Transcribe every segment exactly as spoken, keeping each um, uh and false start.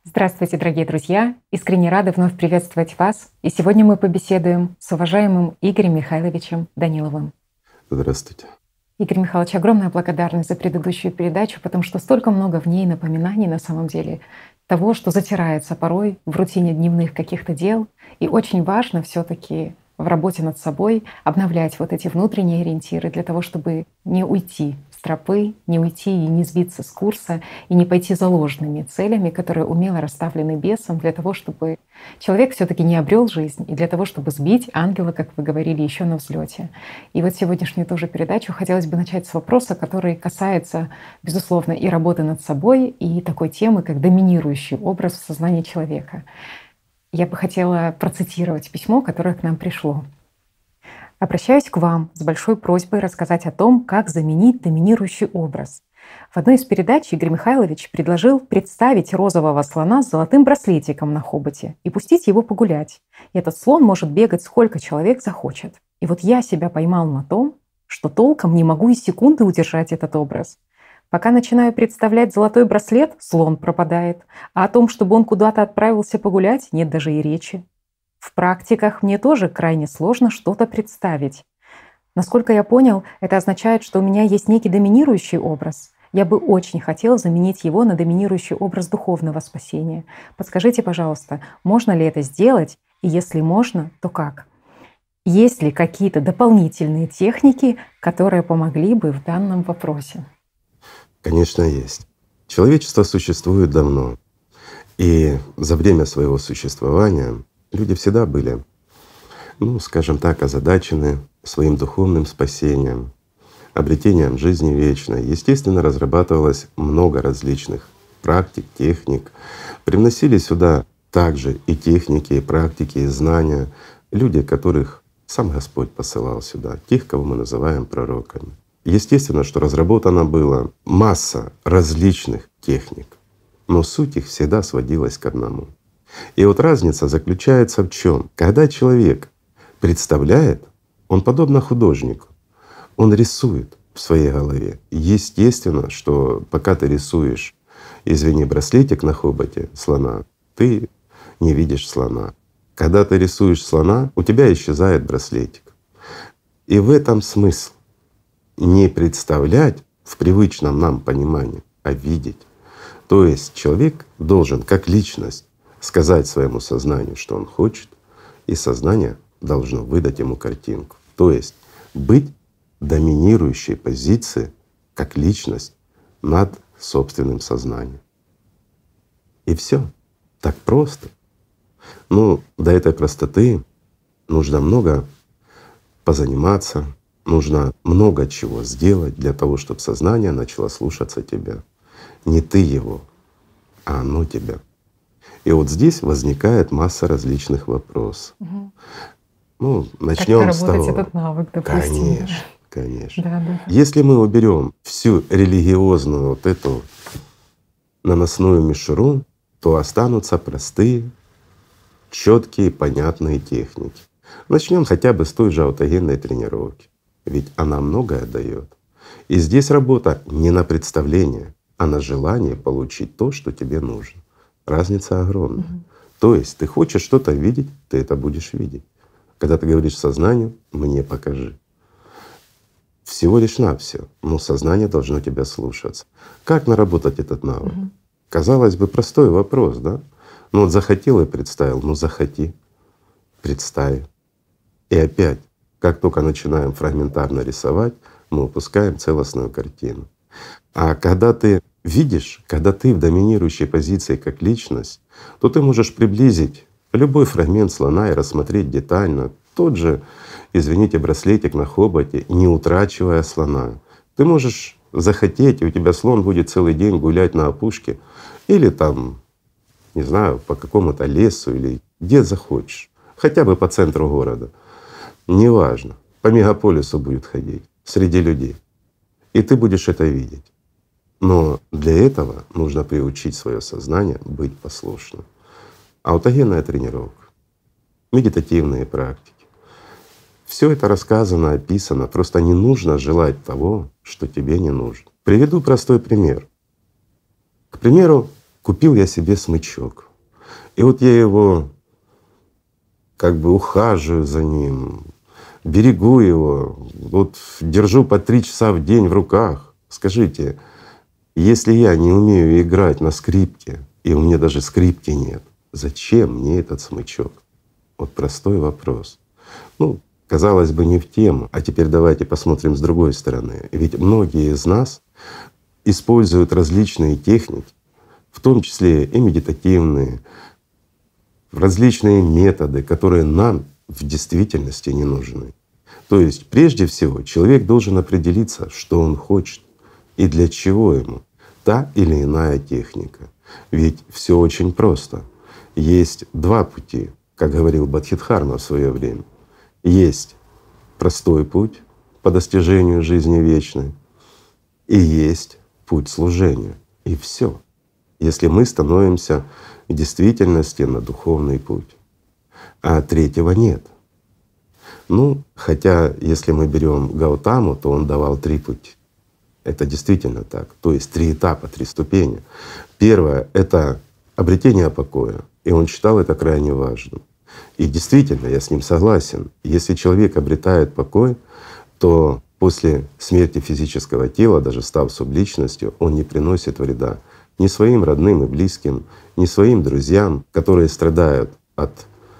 Здравствуйте, дорогие друзья! Искренне рада вновь приветствовать вас. И сегодня мы побеседуем с уважаемым Игорем Михайловичем Даниловым. Здравствуйте. Игорь Михайлович, огромная благодарность за предыдущую передачу, потому что столько много в ней напоминаний на самом деле того, что затирается порой в рутине дневных каких-то дел. И очень важно все-таки в работе над собой обновлять вот эти внутренние ориентиры для того, чтобы не уйти с тропы, не уйти и не сбиться с курса, и не пойти за ложными целями, которые умело расставлены бесом для того, чтобы человек все-таки не обрел жизнь, и для того, чтобы сбить ангела, как вы говорили, еще на взлете. И вот сегодняшнюю тоже передачу хотелось бы начать с вопроса, который касается, безусловно, и работы над собой, и такой темы, как доминирующий образ в сознании человека. Я бы хотела процитировать письмо, которое к нам пришло. Обращаюсь к вам с большой просьбой рассказать о том, как заменить доминирующий образ. В одной из передач Игорь Михайлович предложил представить розового слона с золотым браслетиком на хоботе и пустить его погулять. И этот слон может бегать сколько человек захочет. И вот я себя поймал на том, что толком не могу и секунды удержать этот образ. Пока начинаю представлять золотой браслет, слон пропадает, а о том, чтобы он куда-то отправился погулять, нет даже и речи. В практиках мне тоже крайне сложно что-то представить. Насколько я понял, это означает, что у меня есть некий доминирующий образ. Я бы очень хотел заменить его на доминирующий образ духовного спасения. Подскажите, пожалуйста, можно ли это сделать? И если можно, то как? Есть ли какие-то дополнительные техники, которые помогли бы в данном вопросе? Конечно, есть. Человечество существует давно. И за время своего существования люди всегда были, ну, скажем так, озадачены своим духовным спасением, обретением жизни вечной. Естественно, разрабатывалось много различных практик, техник. Привносили сюда также и техники, и практики, и знания. Люди, которых сам Господь посылал сюда, тех, кого мы называем пророками. Естественно, что разработана была масса различных техник, но суть их всегда сводилась к одному. И вот разница заключается в чем? Когда человек представляет, он подобно художнику, он рисует в своей голове. Естественно, что пока ты рисуешь, извини, браслетик на хоботе слона, ты не видишь слона. Когда ты рисуешь слона, у тебя исчезает браслетик. И в этом смысл. Не представлять в привычном нам понимании, а видеть. То есть человек должен как личность сказать своему сознанию, что он хочет, и сознание должно выдать ему картинку. То есть быть доминирующей позиции как личность над собственным сознанием. И все. Так просто. Ну, до этой простоты нужно много позаниматься, нужно много чего сделать для того, чтобы сознание начало слушаться тебя. Не ты его, а оно тебя. И вот здесь возникает масса различных вопросов. Угу. Ну, начнем с того. Этот навык, допустим. Конечно, конечно. Да, да. Если мы уберем всю религиозную вот эту наносную мишуру, то останутся простые, четкие, понятные техники. Начнем хотя бы с той же аутогенной тренировки. Ведь она многое дает. И здесь работа не на представление, а на желание получить то, что тебе нужно. Разница огромная. Угу. То есть ты хочешь что-то видеть, ты это будешь видеть. Когда ты говоришь сознанию, мне покажи. Всего лишь навсего, но сознание должно тебя слушаться. Как наработать этот навык? Угу. Казалось бы, простой вопрос, да? Ну вот захотел и представил, ну захоти, представь. И опять, как только начинаем фрагментарно рисовать, мы упускаем целостную картину. А когда ты видишь, когда ты в доминирующей позиции как личность, то ты можешь приблизить любой фрагмент слона и рассмотреть детально тот же, извините, браслетик на хоботе, не утрачивая слона. Ты можешь захотеть, и у тебя слон будет целый день гулять на опушке или там, не знаю, по какому-то лесу или где захочешь, хотя бы по центру города. Неважно, по мегаполису будет ходить среди людей. И ты будешь это видеть. Но для этого нужно приучить свое сознание быть послушным. Аутогенная тренировка, медитативные практики. Все это рассказано, описано. Просто не нужно желать того, что тебе не нужно. Приведу простой пример. К примеру, купил я себе смычок. И вот я его как бы ухаживаю за ним, берегу его, вот держу по три часа в день в руках. Скажите, если я не умею играть на скрипке, и у меня даже скрипки нет, зачем мне этот смычок? Вот простой вопрос. Ну, казалось бы, не в тему. А теперь давайте посмотрим с другой стороны. Ведь многие из нас используют различные техники, в том числе и медитативные, различные методы, которые нам в действительности не нужны. То есть прежде всего человек должен определиться, что он хочет и для чего ему та или иная техника. Ведь все очень просто. Есть два пути, как говорил Бодхидхарма в свое время. Есть простой путь по достижению жизни вечной, и есть путь служения. И все. Если мы становимся в действительности на духовный путь. А третьего нет. Ну, хотя если мы берем Гаутаму, то он давал три пути. Это действительно так. То есть три этапа, три ступени. Первое — это обретение покоя. И он считал это крайне важным. И действительно, я с ним согласен. Если человек обретает покой, то после смерти физического тела, даже став субличностью, он не приносит вреда ни своим родным и близким, ни своим друзьям, которые страдают от,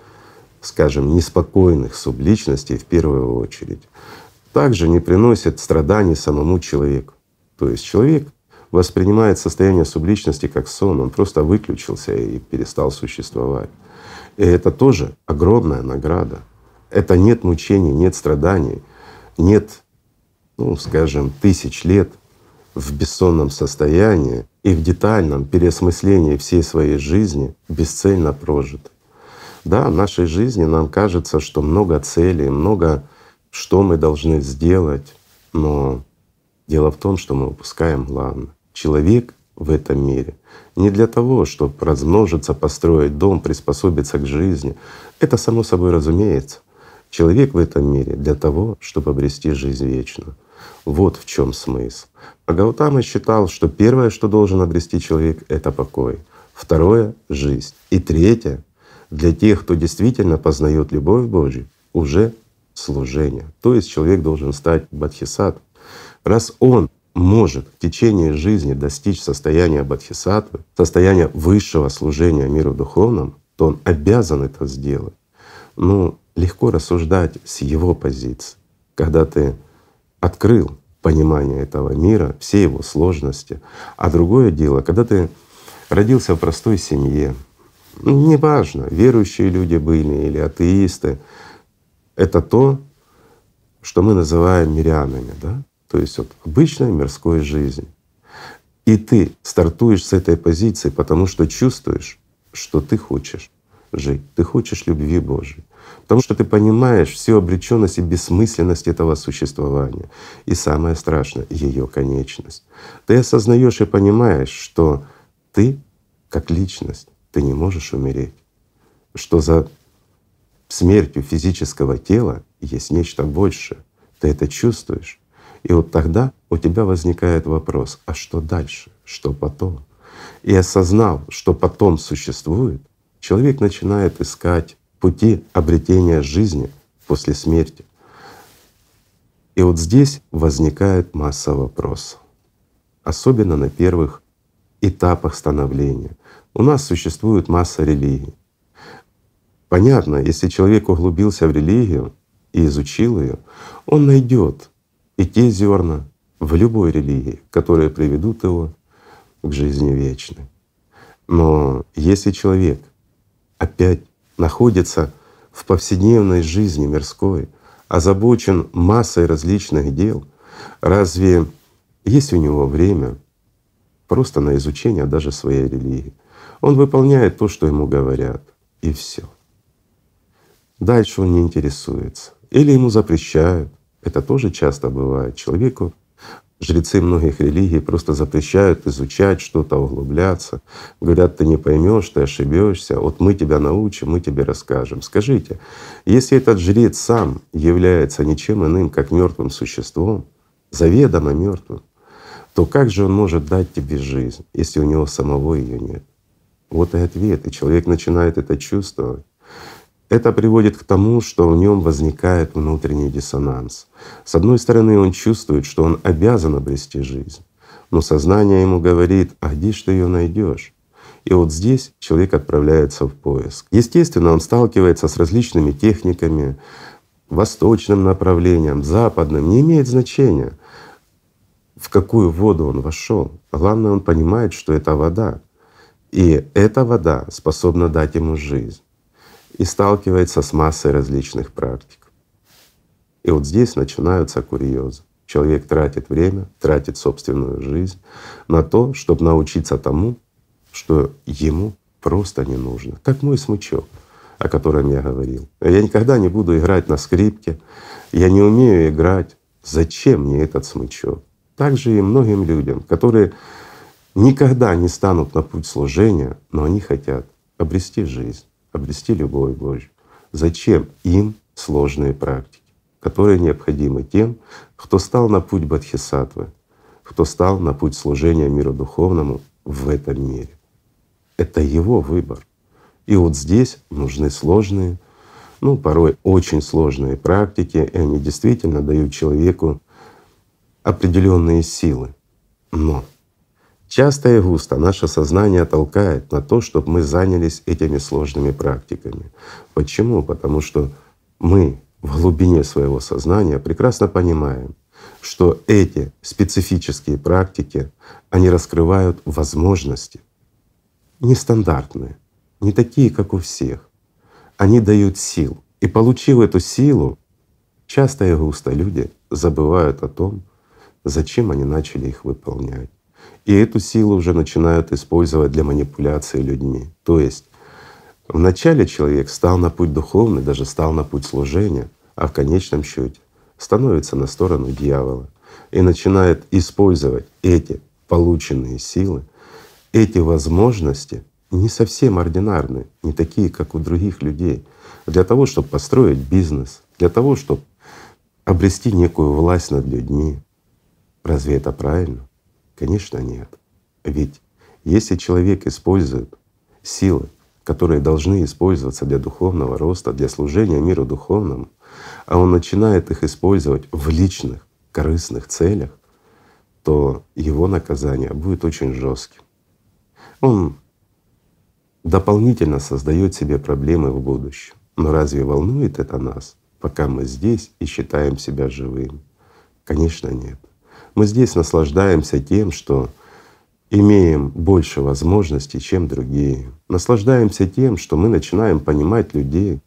скажем, неспокойных субличностей в первую очередь. Также не приносит страданий самому человеку. То есть человек воспринимает состояние субличности как сон, он просто выключился и перестал существовать. И это тоже огромная награда. Это нет мучений, нет страданий, нет, ну, скажем, тысяч лет в бессонном состоянии и в детальном переосмыслении всей своей жизни бесцельно прожито. Да, в нашей жизни нам кажется, что много целей, много что мы должны сделать, но дело в том, что мы упускаем главное. Человек в этом мире не для того, чтобы размножиться, построить дом, приспособиться к жизни. Это само собой разумеется. Человек в этом мире для того, чтобы обрести жизнь вечную. Вот в чем смысл. А Гаутама считал, что первое, что должен обрести человек, — это покой. Второе — жизнь. И третье — для тех, кто действительно познает любовь Божью, уже служение. То есть человек должен стать бодхисаттвой. Раз он может в течение жизни достичь состояния бодхисаттвы, состояния высшего служения миру духовному, то он обязан это сделать. Ну, легко рассуждать с его позиции, когда ты открыл понимание этого мира, все его сложности. А другое дело, когда ты родился в простой семье, ну, неважно, верующие люди были или атеисты, это то, что мы называем мирянами, да? То есть вот обычная мирской жизнь. И ты стартуешь с этой позиции, потому что чувствуешь, что ты хочешь жить, ты хочешь любви Божией. Потому что ты понимаешь всю обреченность и бессмысленность этого существования. И самое страшное — ее конечность. Ты осознаешь и понимаешь, что ты как личность, ты не можешь умереть, что за смертью физического тела есть нечто большее. Ты это чувствуешь. И вот тогда у тебя возникает вопрос: а что дальше? Что потом? И осознав, что потом существует, человек начинает искать пути обретения жизни после смерти. И вот здесь возникает масса вопросов, особенно на первых этапах становления. У нас существует масса религий. Понятно, если человек углубился в религию и изучил ее, он найдет и те зерна в любой религии, которые приведут его к жизни вечной. Но если человек опять находится в повседневной жизни мирской, озабочен массой различных дел, разве есть у него время просто на изучение даже своей религии? Он выполняет то, что ему говорят, и все. Дальше он не интересуется. Или ему запрещают. Это тоже часто бывает. Человеку жрецы многих религий просто запрещают изучать что-то, углубляться. Говорят: ты не поймешь, ты ошибешься. Вот мы тебя научим, мы тебе расскажем. Скажите, если этот жрец сам является ничем иным, как мертвым существом, заведомо мертвым, то как же он может дать тебе жизнь, если у него самого ее нет? Вот и ответ. И человек начинает это чувствовать. Это приводит к тому, что в нем возникает внутренний диссонанс. С одной стороны, он чувствует, что он обязан обрести жизнь, но сознание ему говорит: а где ж ты ее найдешь? И вот здесь человек отправляется в поиск. Естественно, он сталкивается с различными техниками, восточным направлением, западным, не имеет значения, в какую воду он вошел. Главное, он понимает, что это вода. И эта вода способна дать ему жизнь. И сталкивается с массой различных практик. И вот здесь начинаются курьезы. Человек тратит время, тратит собственную жизнь на то, чтобы научиться тому, что ему просто не нужно. Как мой смычок, о котором я говорил. Я никогда не буду играть на скрипке, я не умею играть. Зачем мне этот смычок? Также и многим людям, которые никогда не станут на путь служения, но они хотят обрести жизнь, обрести любовь Божью. Зачем им сложные практики, которые необходимы тем, кто стал на путь бодхисаттвы, кто стал на путь служения миру духовному в этом мире. Это его выбор. И вот здесь нужны сложные, ну порой очень сложные практики, и они действительно дают человеку определенные силы. Но часто и густо наше сознание толкает на то, чтобы мы занялись этими сложными практиками. Почему? Потому что мы в глубине своего сознания прекрасно понимаем, что эти специфические практики, они раскрывают возможности нестандартные, не такие, как у всех. Они дают силу. И получив эту силу, часто и густо люди забывают о том, зачем они начали их выполнять. И эту силу уже начинают использовать для манипуляции людьми. То есть вначале человек стал на путь духовный, даже стал на путь служения, а в конечном счете становится на сторону дьявола и начинает использовать эти полученные силы, эти возможности, не совсем ординарные, не такие, как у других людей, для того, чтобы построить бизнес, для того, чтобы обрести некую власть над людьми. Разве это правильно? Конечно, нет. Ведь если человек использует силы, которые должны использоваться для духовного роста, для служения миру духовному, а он начинает их использовать в личных корыстных целях, то его наказание будет очень жестким. Он дополнительно создает себе проблемы в будущем. Но разве волнует это нас, пока мы здесь и считаем себя живыми? Конечно, нет. Мы здесь наслаждаемся тем, что имеем больше возможностей, чем другие. Наслаждаемся тем, что мы начинаем понимать людей.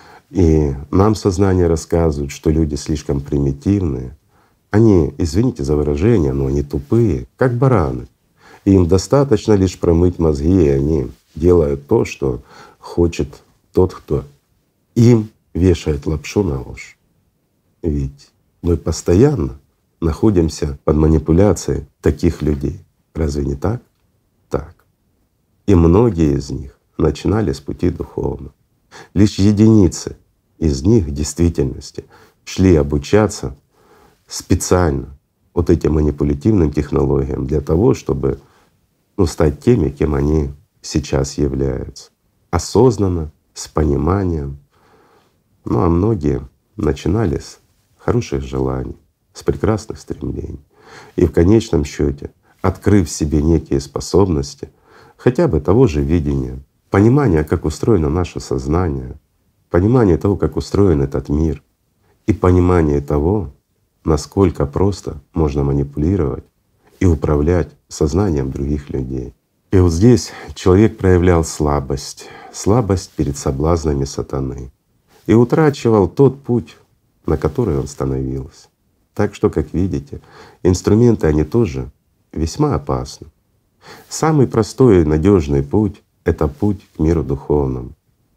И нам сознание рассказывает, что люди слишком примитивные. Они, извините за выражение, но они тупые, как бараны. И им достаточно лишь промыть мозги, и они делают то, что хочет тот, кто им вешает лапшу на уши. Ведь мы постоянно находимся под манипуляцией таких людей. Разве не так? Так. И многие из них начинали с пути духовного. Лишь единицы из них в действительности шли обучаться специально вот этим манипулятивным технологиям для того, чтобы ну, стать теми, кем они сейчас являются. Осознанно, с пониманием. Ну а многие начинали с хороших желаний, с прекрасных стремлений. И в конечном счете, открыв в себе некие способности, хотя бы того же видения, понимания, как устроено наше сознание, понимание того, как устроен этот мир, и понимание того, насколько просто можно манипулировать и управлять сознанием других людей. И вот здесь человек проявлял слабость, слабость перед соблазнами сатаны и утрачивал тот путь, на который он становился. Так что, как видите, инструменты, они тоже весьма опасны. Самый простой и надежный путь — это путь к миру духовному,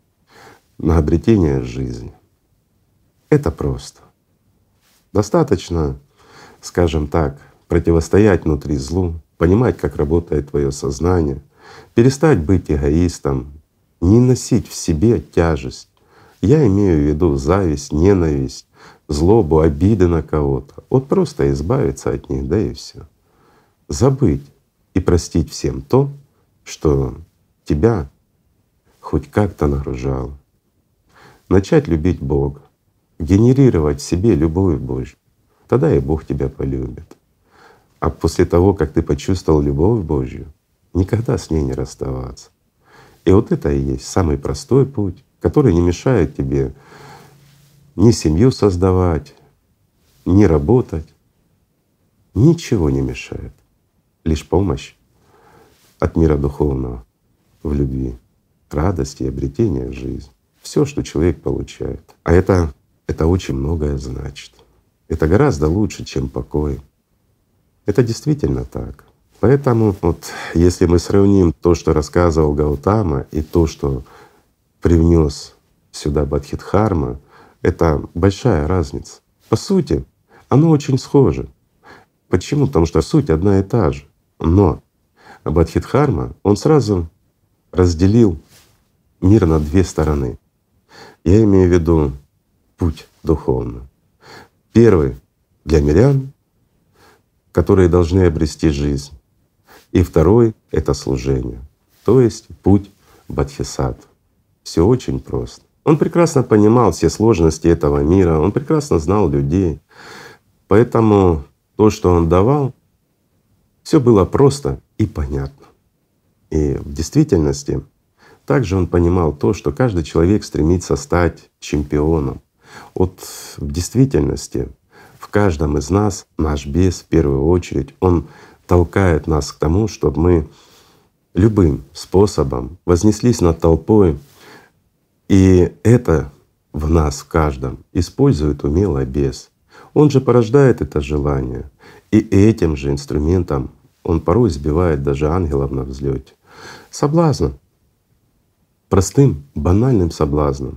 на обретение жизни. Это просто. Достаточно, скажем так, противостоять внутри злу, понимать, как работает твое сознание, перестать быть эгоистом, не носить в себе тяжесть. Я имею в виду зависть, ненависть, злобу, обиды на кого-то. Вот просто избавиться от них, да и все. Забыть и простить всем то, что тебя хоть как-то нагружало. Начать любить Бога, генерировать в себе любовь Божью, тогда и Бог тебя полюбит. А после того, как ты почувствовал любовь Божью, никогда с ней не расставаться. И вот это и есть самый простой путь, который не мешает тебе ни семью создавать, ни работать. Ничего не мешает. Лишь помощь от мира духовного в любви, радости и обретения в жизнь. Все, что человек получает. А это, это очень многое значит. Это гораздо лучше, чем покой. Это действительно так. Поэтому вот если мы сравним то, что рассказывал Гаутама, и то, что привнес сюда Бодхидхарма, это большая разница. По сути, оно очень схоже. Почему? Потому что суть одна и та же. Но Бодхидхарма, он сразу разделил мир на две стороны. Я имею в виду путь духовный. Первый — для мирян, которые должны обрести жизнь. И второй — это служение, то есть путь бодхисаттвы. Все очень просто. Он прекрасно понимал все сложности этого мира, он прекрасно знал людей. Поэтому то, что он давал, все было просто и понятно. И в действительности также он понимал то, что каждый человек стремится стать чемпионом. Вот в действительности в каждом из нас наш бес в первую очередь, он толкает нас к тому, чтобы мы любым способом вознеслись над толпой. И это в нас, в каждом, использует умело бес. Он же порождает это желание. И этим же инструментом он порой сбивает даже ангелов на взлете. Соблазном. Простым, банальным соблазном.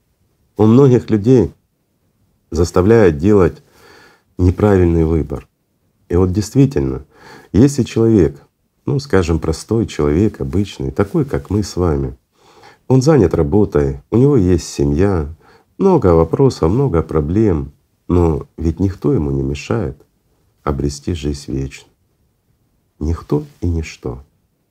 Он многих людей заставляет делать неправильный выбор. И вот действительно, если человек, ну скажем, простой человек, обычный, такой, как мы с вами, он занят работой, у него есть семья, много вопросов, много проблем, но ведь никто ему не мешает обрести жизнь вечную. Никто и ничто.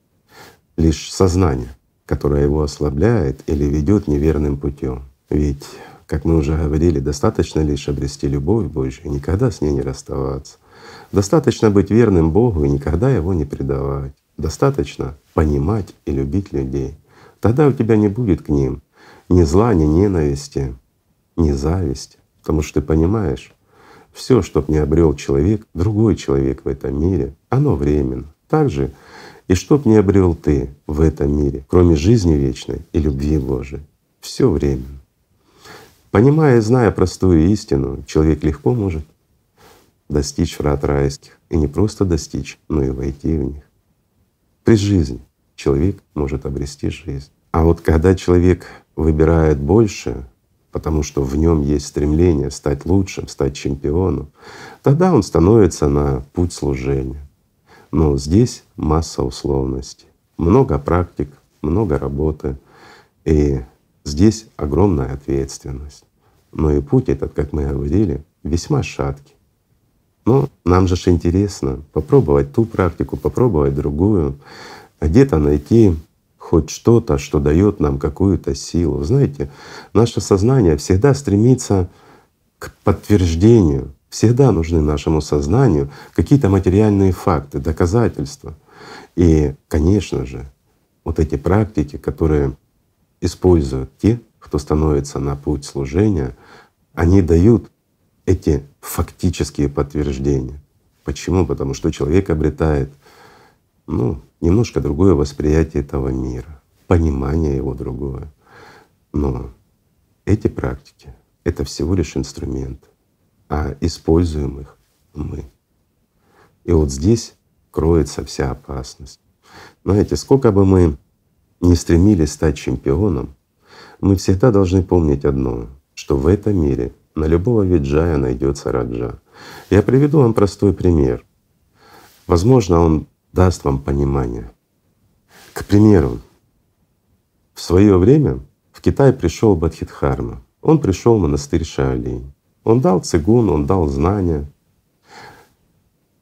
Лишь сознание, которое его ослабляет или ведет неверным путем. Ведь, как мы уже говорили, достаточно лишь обрести любовь Божью и никогда с ней не расставаться. Достаточно быть верным Богу и никогда Его не предавать. Достаточно понимать и любить людей. Тогда у тебя не будет к ним ни зла, ни ненависти, ни зависти. Потому что ты понимаешь, все, что б не обрел человек, другой человек в этом мире, оно временно. Так же и что б не обрел ты в этом мире, кроме жизни вечной и любви Божией, все временно. Понимая и зная простую истину, человек легко может достичь врат райских. И не просто достичь, но и войти в них. При жизни человек может обрести жизнь. А вот когда человек выбирает больше, потому что в нем есть стремление стать лучшим, стать чемпионом, тогда он становится на путь служения. Но здесь масса условностей, много практик, много работы, и здесь огромная ответственность. Но и путь этот, как мы говорили, весьма шаткий. Но нам же ж интересно попробовать ту практику, попробовать другую, где-то найти хоть что-то, что дает нам какую-то силу. Знаете, наше сознание всегда стремится к подтверждению, всегда нужны нашему сознанию какие-то материальные факты, доказательства. И, конечно же, вот эти практики, которые используют те, кто становится на путь служения, они дают эти фактические подтверждения. Почему? Потому что человек обретает ну, немножко другое восприятие этого мира, понимание его другое. Но эти практики — это всего лишь инструмент, а используем их мы. И вот здесь кроется вся опасность. Знаете, сколько бы мы ни стремились стать чемпионом, мы всегда должны помнить одно, что в этом мире на любого виджая найдется раджа. Я приведу вам простой пример. Возможно, он даст вам понимание. К примеру, в свое время в Китай пришел Бодхидхарма. Он пришел в монастырь Шаолинь. Он дал цигун, он дал знания.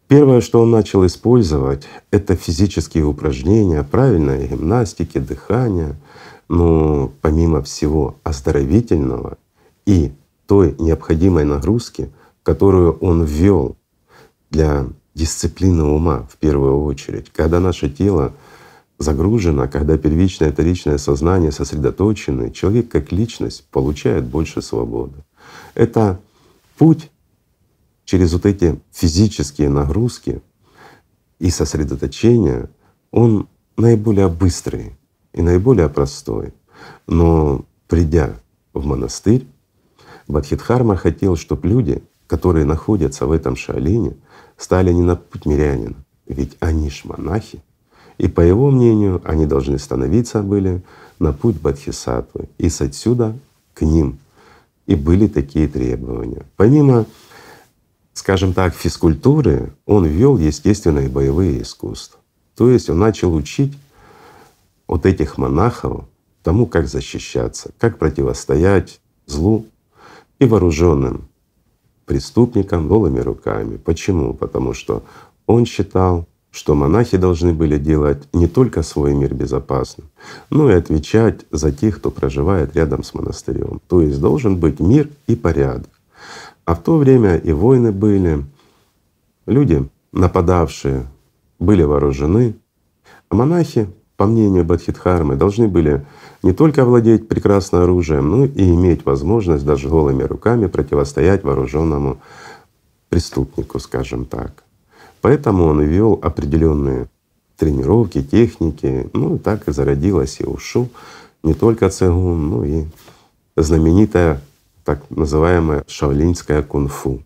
Первое, что он начал использовать, это физические упражнения, правильной гимнастики, дыхания, но помимо всего оздоровительного и той необходимой нагрузки, которую он ввел для дисциплины ума в первую очередь. Когда наше тело загружено, когда первичное и вторичное сознание сосредоточены, человек как личность получает больше свободы. Это путь через вот эти физические нагрузки и сосредоточение, он наиболее быстрый и наиболее простой. Но придя в монастырь, Бодхидхарма хотел, чтобы люди, которые находятся в этом шаолине, стали не на путь мирянина, ведь они ж монахи. И по его мнению, они должны становиться были на путь бодхисаттвы. И с отсюда к ним и были такие требования. Помимо, скажем так, физкультуры, он ввел естественные боевые искусства. То есть он начал учить вот этих монахов тому, как защищаться, как противостоять злу и вооруженным преступникам голыми руками. Почему? Потому что он считал, что монахи должны были делать не только свой мир безопасным, но и отвечать за тех, кто проживает рядом с монастырем. То есть должен быть мир и порядок. А в то время и войны были, люди, нападавшие, были вооружены, а монахи, по мнению Бодхидхармы, должны были не только владеть прекрасным оружием, но и иметь возможность даже голыми руками противостоять вооруженному преступнику, скажем так. Поэтому он ввел определенные тренировки, техники, ну и так и зародилась и ушу, не только цигун, но и знаменитая так называемая шаолиньская кунг-фу.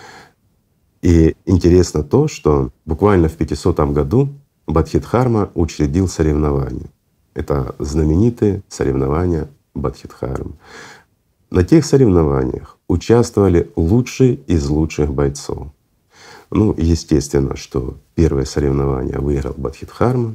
И интересно то, что буквально в пятисотом году Бодхидхарма учредил соревнования. Это знаменитые соревнования Бодхидхармы. На тех соревнованиях участвовали лучшие из лучших бойцов. Ну, естественно, что первое соревнование выиграл Бодхидхарма,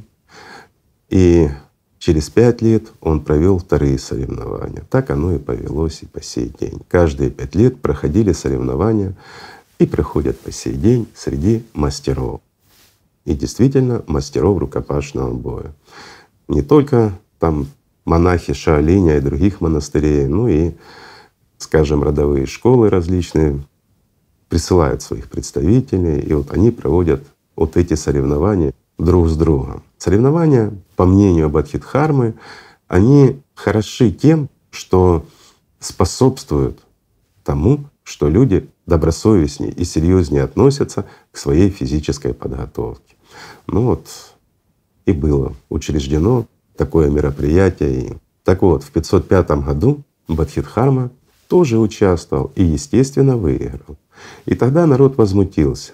и через пять лет он провел вторые соревнования. Так оно и повелось и по сей день. Каждые пять лет проходили соревнования и проходят по сей день среди мастеров. И действительно мастеров рукопашного боя. Не только там монахи Шаолиня и других монастырей, но и, скажем, родовые школы различные присылают своих представителей, и вот они проводят вот эти соревнования друг с другом. Соревнования, по мнению Бодхидхармы, они хороши тем, что способствуют тому, что люди добросовестнее и серьезнее относятся к своей физической подготовке. Ну вот и было учреждено такое мероприятие. И так вот, в пятьсот пятом году Бодхидхарма тоже участвовал и, естественно, выиграл. И тогда народ возмутился.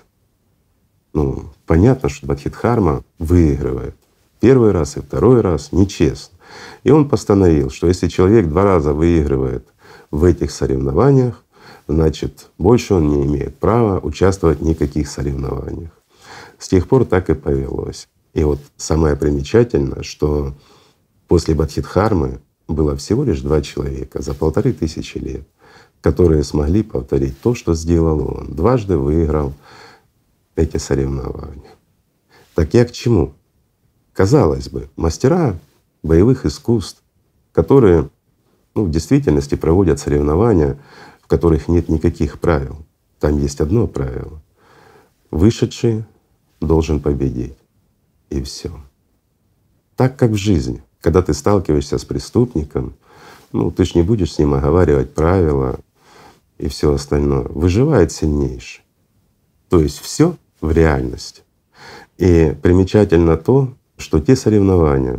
Ну, понятно, что Бодхидхарма выигрывает первый раз и второй раз нечестно. И он постановил, что если человек два раза выигрывает в этих соревнованиях, значит, больше он не имеет права участвовать в никаких соревнованиях. С тех пор так и повелось. И вот самое примечательное, что после Бодхидхармы было всего лишь два человека за полторы тысячи лет, которые смогли повторить то, что сделал он. Дважды выиграл эти соревнования. Так я к чему? Казалось бы, мастера боевых искусств, которые ну, в действительности проводят соревнования, в которых нет никаких правил. Там есть одно правило — вышедший должен победить. И все. Так как в жизни, когда ты сталкиваешься с преступником, ну ты ж не будешь с ним оговаривать правила и все остальное. Выживает сильнейший. То есть все в реальности. И примечательно то, что те соревнования,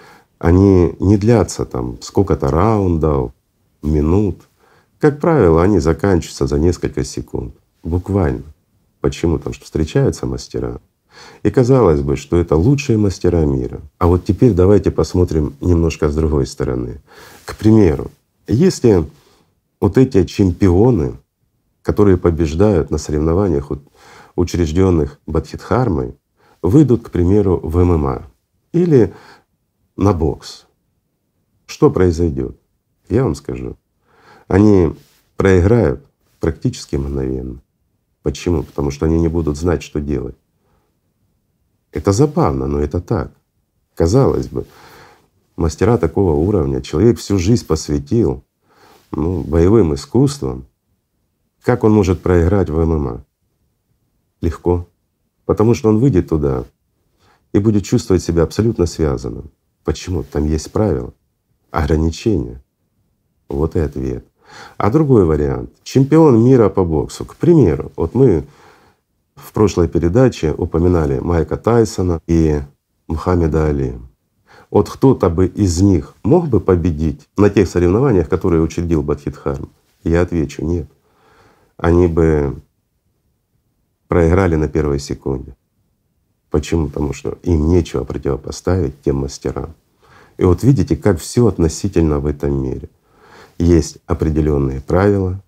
они не длятся там сколько-то раундов, минут. Как правило, они заканчиваются за несколько секунд. Буквально. Почему? Потому что встречаются мастера. И казалось бы, что это лучшие мастера мира. А вот теперь давайте посмотрим немножко с другой стороны. К примеру, если вот эти чемпионы, которые побеждают на соревнованиях, учрежденных Бодхидхармой, выйдут, к примеру, в эм эм а или на бокс, что произойдет? Я вам скажу. Они проиграют практически мгновенно. Почему? Потому что они не будут знать, что делать. Это забавно, но это так. Казалось бы, мастера такого уровня, человек всю жизнь посвятил ну, боевым искусствам. Как он может проиграть в эм эм а? Легко. Потому что он выйдет туда и будет чувствовать себя абсолютно связанным. Почему? Там есть правила, ограничения. Вот и ответ. А другой вариант. Чемпион мира по боксу. К примеру, вот мы в прошлой передаче упоминали Майка Тайсона и Мухаммеда Али. Вот кто-то бы из них мог бы победить на тех соревнованиях, которые учредил Бодхидхарма? Я отвечу — нет. Они бы проиграли на первой секунде. Почему? Потому что им нечего противопоставить тем мастерам. И вот видите, как все относительно в этом мире. Есть определенные правила,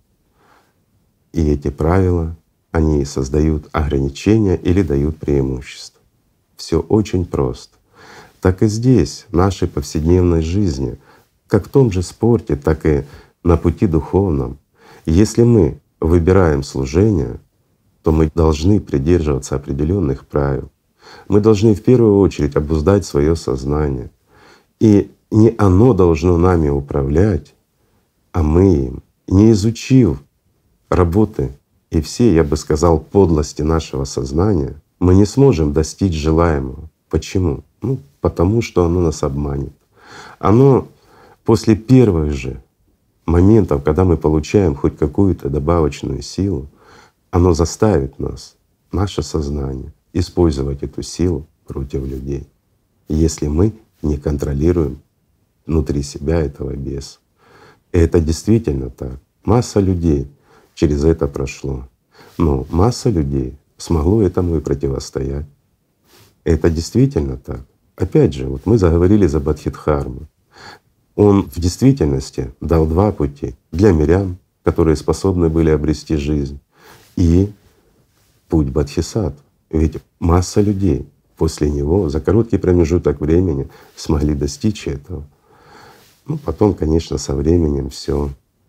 и эти правила, они создают ограничения или дают преимущество. Все очень просто. Так и здесь, в нашей повседневной жизни, как в том же спорте, так и на пути духовном. Если мы выбираем служение, то мы должны придерживаться определенных правил. Мы должны в первую очередь обуздать свое сознание. И не оно должно нами управлять, а мы им. Не изучив работы и все, я бы сказал, подлости нашего сознания, мы не сможем достичь желаемого. Почему? Ну, потому что оно нас обманет. Оно после первых же моментов, когда мы получаем хоть какую-то добавочную силу, оно заставит нас, наше сознание, использовать эту силу против людей, если мы не контролируем внутри себя этого беса. И это действительно так. Масса людей через это прошло, но масса людей смогло этому и противостоять. Это действительно так. Опять же, вот мы заговорили за Бодхидхарму. Он в действительности дал два пути для мирян, которые способны были обрести жизнь, и путь Бодхисаттв. Ведь масса людей после него за короткий промежуток времени смогли достичь этого. Ну, потом, конечно, со временем все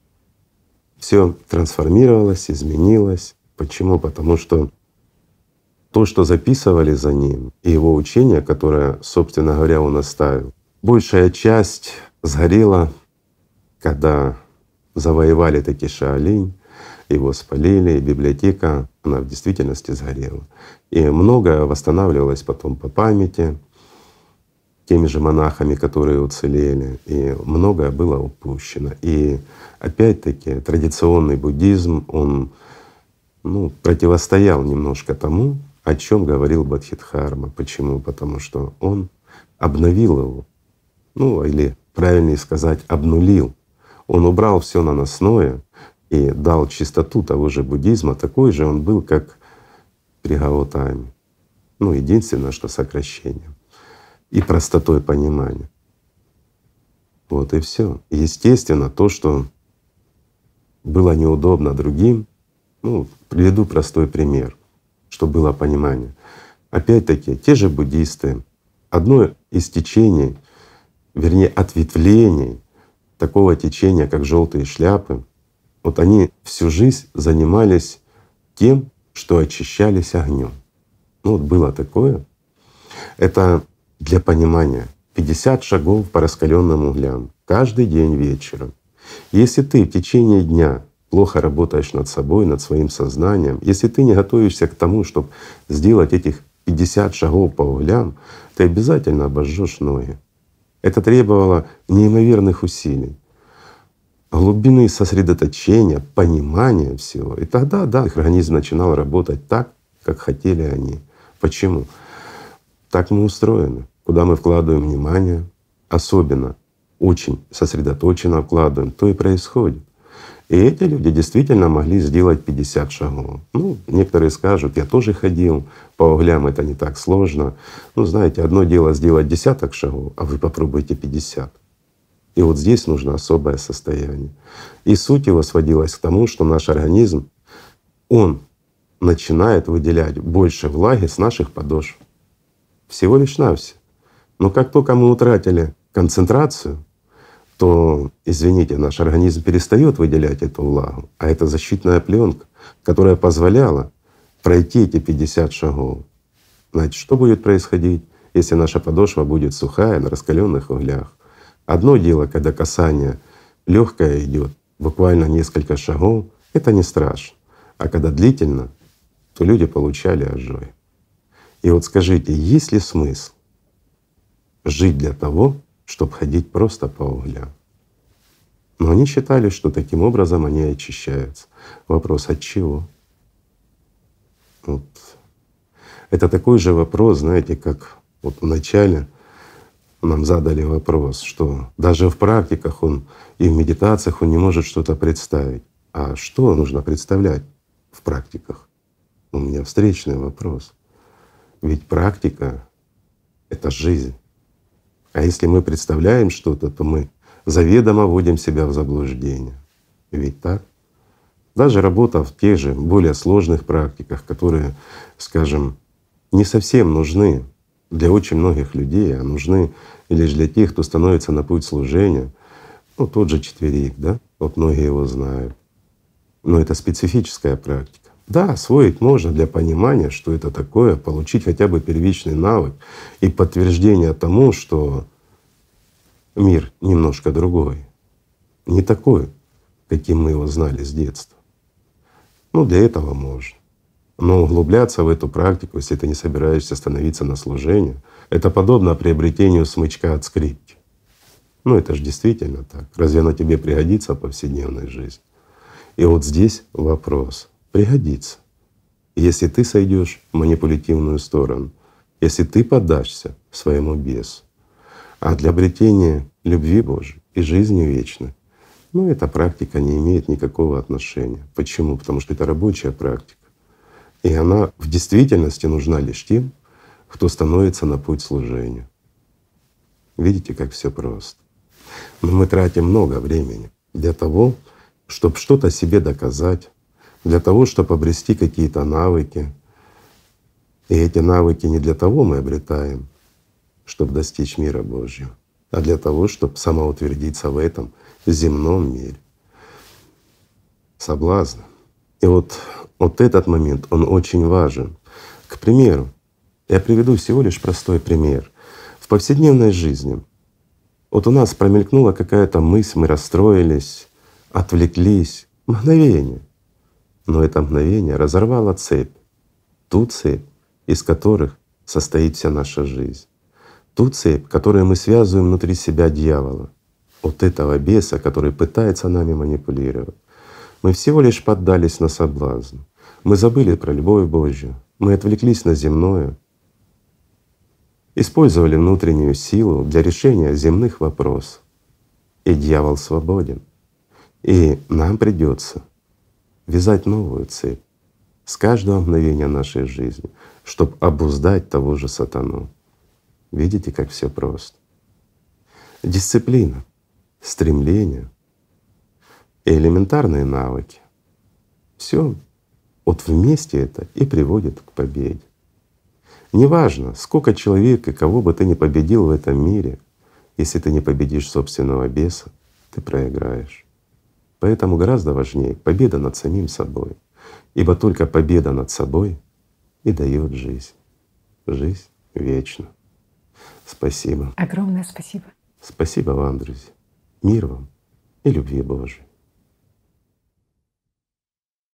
все трансформировалось, изменилось. Почему? Потому что то, что записывали за ним, и его учение, которое, собственно говоря, он оставил, большая часть сгорела, когда завоевали таки Шаолинь, его спалили, и библиотека, она в действительности сгорела. И многое восстанавливалось потом по памяти теми же монахами, которые уцелели, и многое было упущено. И опять-таки традиционный буддизм, он ну, противостоял немножко тому, о чем говорил Бодхидхарма. Почему? Потому что он обновил его, ну или правильнее сказать, обнулил. Он убрал все наносное и дал чистоту того же буддизма, такой же он был, как при Гаутаме. Ну, единственное, что сокращением и простотой понимания. Вот и все. Естественно, то, что было неудобно другим, ну, приведу простой пример, чтобы было понимание. Опять-таки, те же буддисты, одно из течений, вернее ответвлений такого течения, как желтые шляпы, вот они всю жизнь занимались тем, что очищались огнем. Ну вот было такое. Это для понимания пятьдесят шагов по раскаленным углям каждый день вечером. Если ты в течение дня плохо работаешь над собой, над своим сознанием, если ты не готовишься к тому, чтобы сделать этих пятьдесят шагов по углям, ты обязательно обожжешь ноги. Это требовало неимоверных усилий, глубины сосредоточения, понимания всего. И тогда, да, их организм начинал работать так, как хотели они. Почему? Так мы устроены. Куда мы вкладываем внимание, особенно очень сосредоточенно вкладываем, то и происходит. И эти люди действительно могли сделать пятьдесят шагов. Ну, некоторые скажут, я тоже ходил, по углям это не так сложно. Ну, знаете, одно дело сделать десяток шагов, а вы попробуйте пятьдесят. И вот здесь нужно особое состояние. И суть его сводилась к тому, что наш организм, он начинает выделять больше влаги с наших подошв. Всего лишь навсего. Но как только мы утратили концентрацию, то, извините, наш организм перестает выделять эту влагу, а это защитная пленка, которая позволяла пройти эти пятьдесят шагов. Значит, что будет происходить, если наша подошва будет сухая на раскаленных углях? Одно дело, когда касание легкое идет, буквально несколько шагов, это не страшно. А когда длительно, то люди получали ожоги. И вот скажите, есть ли смысл жить для того, чтобы ходить просто по углям? Но они считали, что таким образом они очищаются. Вопрос: от чего? Вот. Это такой же вопрос, знаете, как вот вначале нам задали вопрос, что даже в практиках он и в медитациях он не может что-то представить. А что нужно представлять в практиках? У меня встречный вопрос. Ведь практика — это жизнь. А если мы представляем что-то, то мы заведомо вводим себя в заблуждение. Ведь так? Даже работа в тех же более сложных практиках, которые, скажем, не совсем нужны для очень многих людей, а нужны лишь для тех, кто становится на путь служения. Ну, тот же четверик, да, вот многие его знают. Но это специфическая практика. Да, освоить можно для понимания, что это такое, получить хотя бы первичный навык и подтверждение тому, что мир немножко другой, не такой, каким мы его знали с детства. Ну, для этого можно. Но углубляться в эту практику, если ты не собираешься становиться на служение, это подобно приобретению смычка от скрипки. Ну это же действительно так. Разве оно тебе пригодится в повседневной жизни? И вот здесь вопрос: пригодится, если ты сойдешь в манипулятивную сторону, если ты поддашься своему бесу. А для обретения любви Божией и жизни вечной, ну эта практика не имеет никакого отношения. Почему? Потому что это рабочая практика. И она в действительности нужна лишь тем, кто становится на путь служения. Видите, как все просто. Но мы тратим много времени для того, чтобы что-то себе доказать, для того, чтобы обрести какие-то навыки. И эти навыки не для того мы обретаем, чтобы достичь мира Божьего, а для того, чтобы самоутвердиться в этом земном мире. Соблазн. И вот, вот этот момент, он очень важен. К примеру, я приведу всего лишь простой пример. В повседневной жизни вот у нас промелькнула какая-то мысль, мы расстроились, отвлеклись. Мгновение. Но это мгновение разорвало цепь. Ту цепь, из которых состоит вся наша жизнь. Ту цепь, которую мы связываем внутри себя дьявола. Вот этого беса, который пытается нами манипулировать. Мы всего лишь поддались на соблазн. Мы забыли про любовь Божью, мы отвлеклись на земное, использовали внутреннюю силу для решения земных вопросов. И дьявол свободен. И нам придется вязать новую цепь с каждого мгновения нашей жизни, чтобы обуздать того же сатану. Видите, как все просто. Дисциплина, стремление и элементарные навыки. Все вот вместе это и приводит к победе. Неважно, сколько человек и кого бы ты ни победил в этом мире, если ты не победишь собственного беса, ты проиграешь. Поэтому гораздо важнее победа над самим собой, ибо только победа над собой и дает жизнь, жизнь вечную. Спасибо. Огромное спасибо. Спасибо вам, друзья. Мир вам и любви Божией.